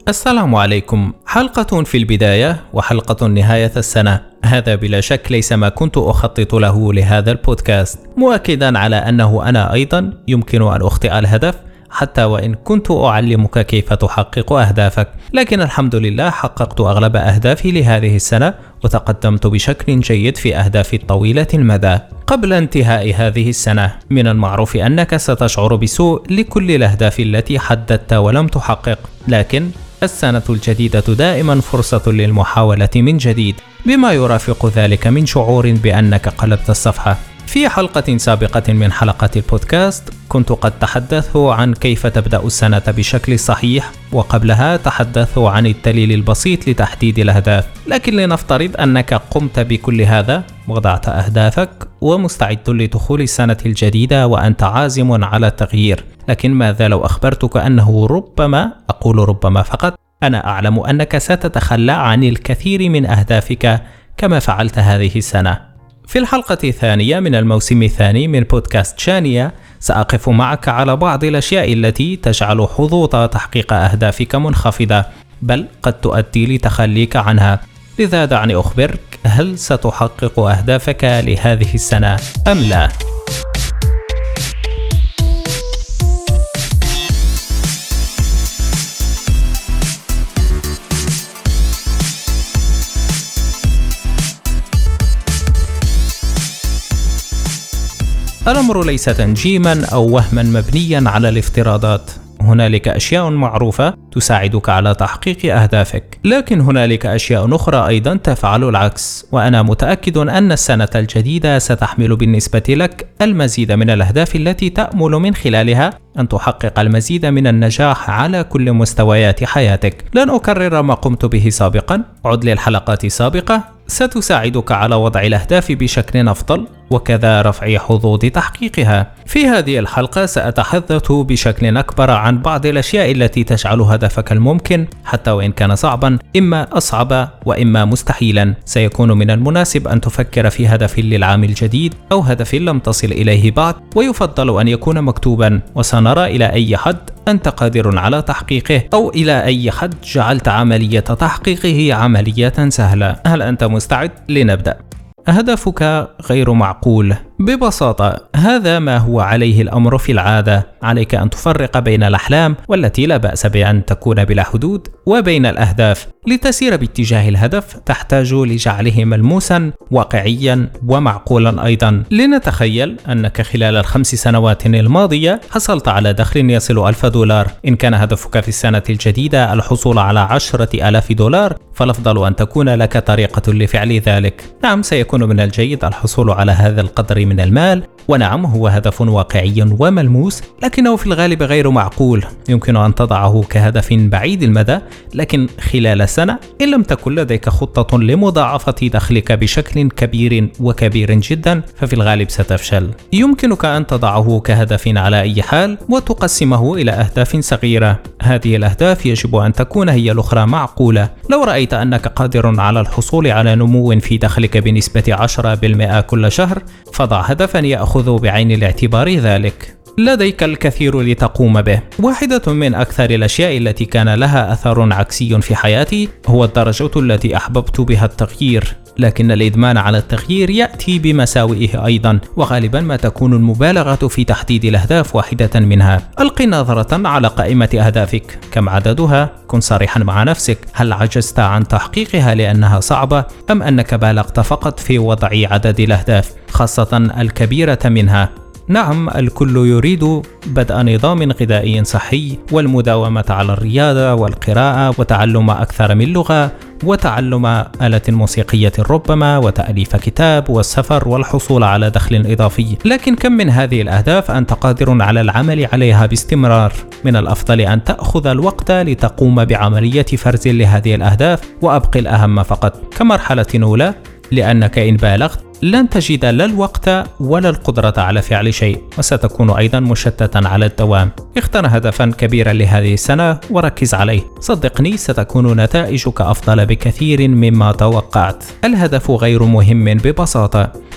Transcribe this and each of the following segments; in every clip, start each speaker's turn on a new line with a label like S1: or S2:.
S1: السلام عليكم. حلقة في البداية وحلقة نهاية السنة. هذا بلا شك ليس ما كنت أخطط له لهذا البودكاست، مؤكدا على أنه أنا أيضا يمكن أن أخطئ الهدف حتى وإن كنت أعلمك كيف تحقق أهدافك، لكن الحمد لله حققت أغلب أهدافي لهذه السنة وتقدمت بشكل جيد في أهدافي الطويلة المدى. قبل انتهاء هذه السنة من المعروف أنك ستشعر بسوء لكل الأهداف التي حددت ولم تحقق، لكن السنة الجديدة دائما فرصة للمحاولة من جديد، بما يرافق ذلك من شعور بأنك قلبت الصفحة. في حلقة سابقة من حلقات البودكاست كنت قد تحدثت عن كيف تبدأ السنة بشكل صحيح، وقبلها تحدثت عن الدليل البسيط لتحديد الأهداف. لكن لنفترض أنك قمت بكل هذا وضعت أهدافك ومستعد لدخول السنة الجديدة وأنت عازم على التغيير، لكن ماذا لو أخبرتك أنه ربما، أقول ربما فقط، أنا أعلم أنك ستتخلى عن الكثير من أهدافك كما فعلت هذه السنة. في الحلقة الثانية من الموسم الثاني من بودكاست شانية سأقف معك على بعض الأشياء التي تجعل حظوظ تحقيق أهدافك منخفضة، بل قد تؤدي لتخليك عنها. لذا دعني أخبرك، هل ستحقق أهدافك لهذه السنة أم لا؟ الأمر ليس تنجيما أو وهما مبنيا على الافتراضات. هنالك أشياء معروفة تساعدك على تحقيق أهدافك، لكن هنالك أشياء أخرى أيضا تفعل العكس. وأنا متأكد أن السنة الجديدة ستحمل بالنسبة لك المزيد من الأهداف التي تأمل من خلالها أن تحقق المزيد من النجاح على كل مستويات حياتك. لن أكرر ما قمت به سابقا، عد للحلقات السابقة، ستساعدك على وضع الأهداف بشكل أفضل وكذا رفع حظوظ تحقيقها. في هذه الحلقة سأتحدث بشكل أكبر عن بعض الأشياء التي تجعل هدفك الممكن حتى وإن كان صعبا، إما أصعب وإما مستحيلا. سيكون من المناسب أن تفكر في هدف للعام الجديد أو هدف لم تصل إليه بعد، ويفضل أن يكون مكتوبا، وسنرى إلى أي حد أنت قادر على تحقيقه أو إلى أي حد جعلت عملية تحقيقه عملية سهلة. هل أنت مستعد؟ لنبدأ. هدفك غير معقول. ببساطة هذا ما هو عليه الأمر في العادة. عليك أن تفرق بين الأحلام والتي لا بأس بأن تكون بلا حدود وبين الأهداف. لتسير باتجاه الهدف تحتاج لجعله ملموسا واقعيا ومعقولا أيضا. لنتخيل أنك خلال ال5 سنوات الماضية حصلت على دخل يصل $1000. إن كان هدفك في السنة الجديدة الحصول على $10,000 فالأفضل أن تكون لك طريقة لفعل ذلك. نعم، سيكون من الجيد الحصول على هذا القدر من المال، ونعم هو هدف واقعي وملموس، لكنه في الغالب غير معقول. يمكن أن تضعه كهدف بعيد المدى، لكن خلال سنة إن لم تكن لديك خطة لمضاعفة دخلك بشكل كبير جدا ففي الغالب ستفشل. يمكنك أن تضعه كهدف على أي حال وتقسمه إلى أهداف صغيرة. هذه الأهداف يجب أن تكون هي الأخرى معقولة. لو رأيت أنك قادر على الحصول على نمو في دخلك بنسبة 10% كل شهر، فضع هدفا يأخذ بعين الاعتبار ذلك. لديك الكثير لتقوم به. واحدة من أكثر الأشياء التي كان لها أثر عكسي في حياتي هو الدرجة التي أحببت بها التغيير، لكن الإدمان على التغيير يأتي بمساوئه أيضا، وغالبا ما تكون المبالغة في تحديد الأهداف واحدة منها. ألقي نظرة على قائمة أهدافك، كم عددها؟ كن صريحا مع نفسك، هل عجزت عن تحقيقها لأنها صعبة أم أنك بالغت فقط في وضع عدد الأهداف، خاصة الكبيرة منها؟ نعم، الكل يريد بدء نظام غذائي صحي والمداومة على الرياضة والقراءة وتعلم أكثر من لغة وتعلم آلة موسيقية ربما وتأليف كتاب والسفر والحصول على دخل إضافي. لكن كم من هذه الأهداف أنت قادر على العمل عليها باستمرار؟ من الأفضل أن تأخذ الوقت لتقوم بعملية فرز لهذه الأهداف، وأبقي الأهم فقط كمرحلة أولى، لأنك إن بالغت لن تجد لا الوقت ولا القدرة على فعل شيء، وستكون أيضا مشتتا على الدوام. اختر هدفا كبيرا لهذه السنة وركز عليه، صدقني ستكون نتائجك أفضل بكثير مما توقعت. الهدف غير مهم ببساطة،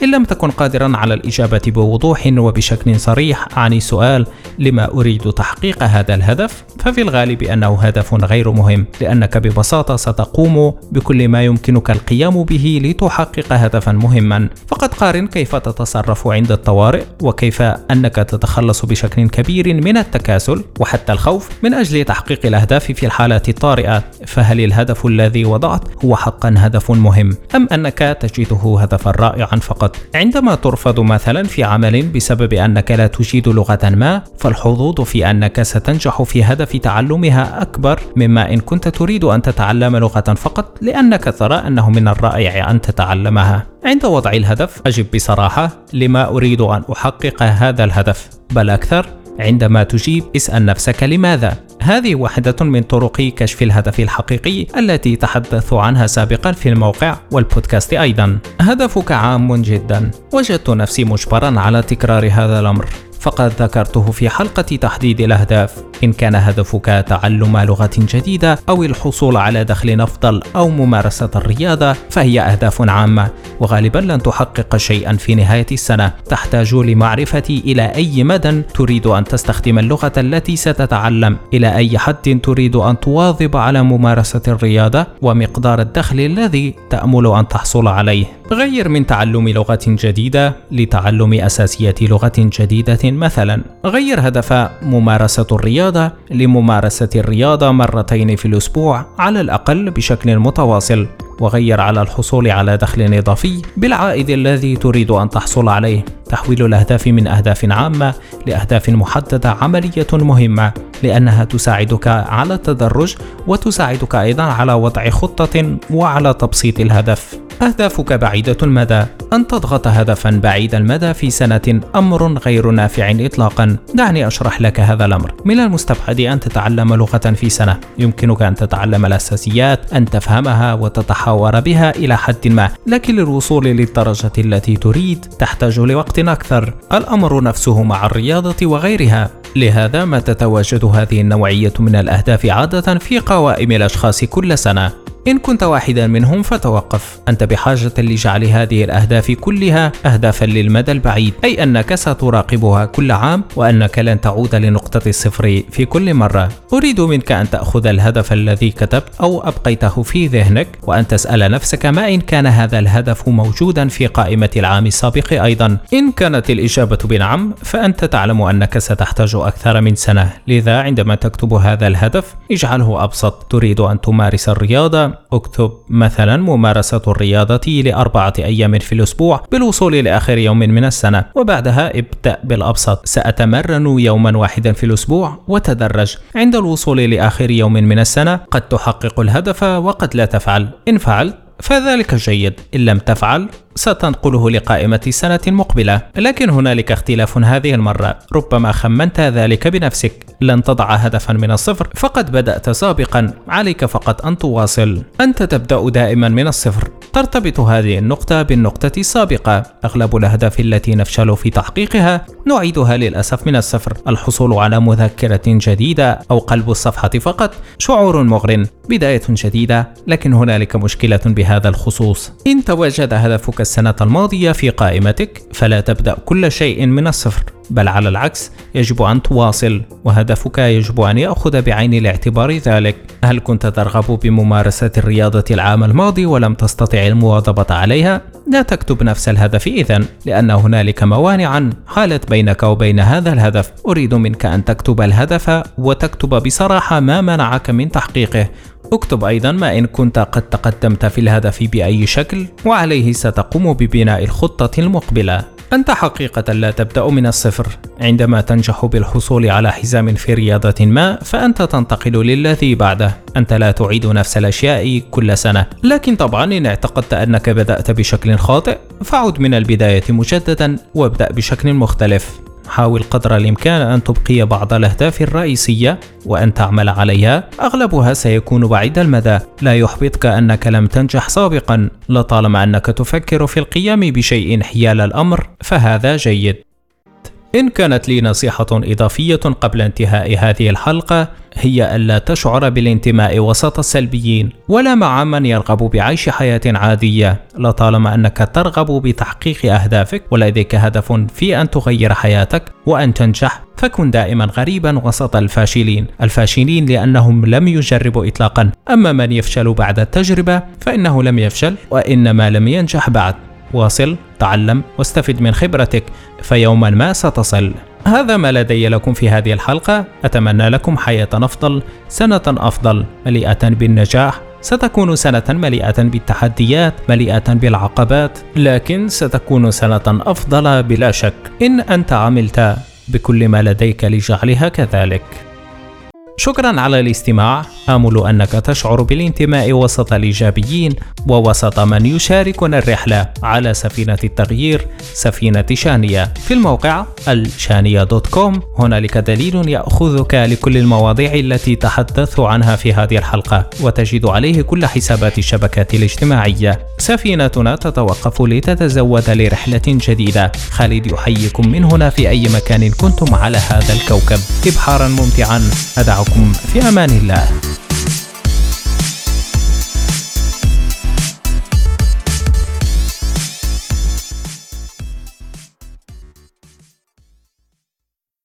S1: إن لم تكن قادرا على الإجابة بوضوح وبشكل صريح عن سؤال لما أريد تحقيق هذا الهدف، ففي الغالب أنه هدف غير مهم، لأنك ببساطة ستقوم بكل ما يمكنك القيام به لتحقق هدفا مهما. فقد قارن كيف تتصرف عند الطوارئ، وكيف أنك تتخلص بشكل كبير من التكاسل وحتى الخوف من أجل تحقيق الأهداف في الحالات الطارئة. فهل الهدف الذي وضعت هو حقا هدف مهم، أم أنك تجده هدفا رائعا فقط؟ عندما ترفض مثلا في عمل بسبب أنك لا تجيد لغة ما، فالحظوظ في أنك ستنجح في هدف تعلمها أكبر مما إن كنت تريد أن تتعلم لغة فقط لأنك ترى أنه من الرائع أن تتعلمها. عند وضع الهدف أجب بصراحة لما أريد أن أحقق هذا الهدف، بل أكثر عندما تجيب اسأل نفسك لماذا. هذه واحدة من طرق كشف الهدف الحقيقي التي تحدثت عنها سابقا في الموقع والبودكاست أيضا. هدفك عام جدا. وجدت نفسي مجبرا على تكرار هذا الأمر، فقد ذكرته في حلقة تحديد الأهداف. إن كان هدفك تعلم لغة جديدة أو الحصول على دخل أفضل أو ممارسة الرياضة، فهي أهداف عامة، وغالبا لن تحقق شيئا في نهاية السنة. تحتاج لمعرفة إلى أي مدى تريد أن تستخدم اللغة التي ستتعلم، إلى أي حد تريد أن تواظب على ممارسة الرياضة، ومقدار الدخل الذي تأمل أن تحصل عليه. غير من تعلم لغة جديدة لتعلم أساسيات لغة جديدة مثلا. غير هدف ممارسة الرياضة لممارسة الرياضة مرتين في الأسبوع على الأقل بشكل متواصل. وغير على الحصول على دخل إضافي بالعائد الذي تريد أن تحصل عليه. تحويل الأهداف من أهداف عامة لأهداف محددة عملية مهمة، لأنها تساعدك على التدرج وتساعدك أيضا على وضع خطة وعلى تبسيط الهدف. أهدافك بعيدة المدى. أن تضغط هدفا بعيد المدى في سنة أمر غير نافع إطلاقا. دعني أشرح لك هذا الأمر. من المستبعد أن تتعلم لغة في سنة. يمكنك أن تتعلم الأساسيات، أن تفهمها وتتحاور بها إلى حد ما، لكن للوصول للدرجة التي تريد تحتاج لوقت أكثر. الأمر نفسه مع الرياضة وغيرها. لهذا ما تتواجد هذه النوعية من الأهداف عادة في قوائم الأشخاص كل سنة. إن كنت واحدا منهم فتوقف. أنت بحاجة لجعل هذه الأهداف كلها أهدافا للمدى البعيد، أي أنك ستراقبها كل عام وأنك لن تعود لنقطة الصفر في كل مرة. أريد منك أن تأخذ الهدف الذي كتبت أو أبقيته في ذهنك وأن تسأل نفسك ما إن كان هذا الهدف موجودا في قائمة العام السابق أيضا. إن كانت الإجابة بنعم فأنت تعلم أنك ستحتاج أكثر من سنة. لذا عندما تكتب هذا الهدف اجعله أبسط. تريد أن تمارس الرياضة، اكتب مثلا ممارسة الرياضة ل4 أيام في الأسبوع بالوصول لآخر يوم من السنة، وبعدها ابدأ بالأبسط. سأتمرن يوما واحدا في الأسبوع وتدرج. عند الوصول لآخر يوم من السنة قد تحقق الهدف وقد لا تفعل. إن فعلت فذلك جيد، إن لم تفعل ستنقله لقائمة السنة المقبلة. لكن هنالك اختلاف هذه المرة. ربما خمنت ذلك بنفسك. لن تضع هدفا من الصفر، فقد بدأت سابقا. عليك فقط أن تواصل. أنت تبدأ دائما من الصفر. ترتبط هذه النقطة بالنقطة السابقة. أغلب الأهداف التي نفشل في تحقيقها نعيدها للأسف من الصفر. الحصول على مذكرة جديدة أو قلب الصفحة فقط شعور مغرٍ. بداية جديدة، لكن هنالك مشكلة بهذا الخصوص. إن تواجد هدفك السنة الماضية في قائمتك فلا تبدأ كل شيء من الصفر، بل على العكس يجب أن تواصل، وهدفك يجب أن يأخذ بعين الاعتبار ذلك. هل كنت ترغب بممارسة الرياضة العام الماضي ولم تستطع المواظبة عليها؟ لا تكتب نفس الهدف إذن، لأن هنالك موانعا حالت بينك وبين هذا الهدف. أريد منك أن تكتب الهدف وتكتب بصراحة ما منعك من تحقيقه. اكتب أيضا ما إن كنت قد تقدمت في الهدف بأي شكل، وعليه ستقوم ببناء الخطة المقبلة. أنت حقيقة لا تبدأ من الصفر. عندما تنجح بالحصول على حزام في رياضة ما فأنت تنتقل للذي بعده. أنت لا تعيد نفس الأشياء كل سنة. لكن طبعا إن اعتقدت أنك بدأت بشكل خاطئ فعد من البداية مجددا وابدأ بشكل مختلف. حاول قدر الإمكان أن تبقي بعض الأهداف الرئيسية وأن تعمل عليها. أغلبها سيكون بعيد المدى. لا يحبطك أنك لم تنجح سابقا. لطالما أنك تفكر في القيام بشيء حيال الأمر فهذا جيد. إن كانت لي نصيحة إضافية قبل انتهاء هذه الحلقة هي ألا تشعر بالانتماء وسط السلبيين ولا مع من يرغب بعيش حياة عادية، لطالما أنك ترغب بتحقيق أهدافك ولديك هدف في أن تغير حياتك وأن تنجح، فكن دائما غريبا وسط الفاشلين لأنهم لم يجربوا إطلاقا، أما من يفشل بعد التجربة فإنه لم يفشل وإنما لم ينجح بعد. واصل، تعلم واستفد من خبرتك، فيوما ما ستصل. هذا ما لدي لكم في هذه الحلقة، أتمنى لكم حياة أفضل، سنة أفضل مليئة بالنجاح. ستكون سنة مليئة بالتحديات، مليئة بالعقبات، لكن ستكون سنة أفضل بلا شك إن أنت عملت بكل ما لديك لجعلها كذلك. شكرا على الاستماع، آمل أنك تشعر بالانتماء وسط الإيجابيين ووسط من يشاركون الرحلة على سفينة التغيير، سفينة شانية، في الموقع الشانية.com. هنالك دليل يأخذك لكل المواضيع التي تحدثت عنها في هذه الحلقة، وتجد عليه كل حسابات الشبكات الاجتماعية. سفينتنا تتوقف لتتزود لرحلة جديدة. خالد يحييكم من هنا في أي مكان كنتم على هذا الكوكب. إبحارا ممتعا، أدعكم في أمان الله.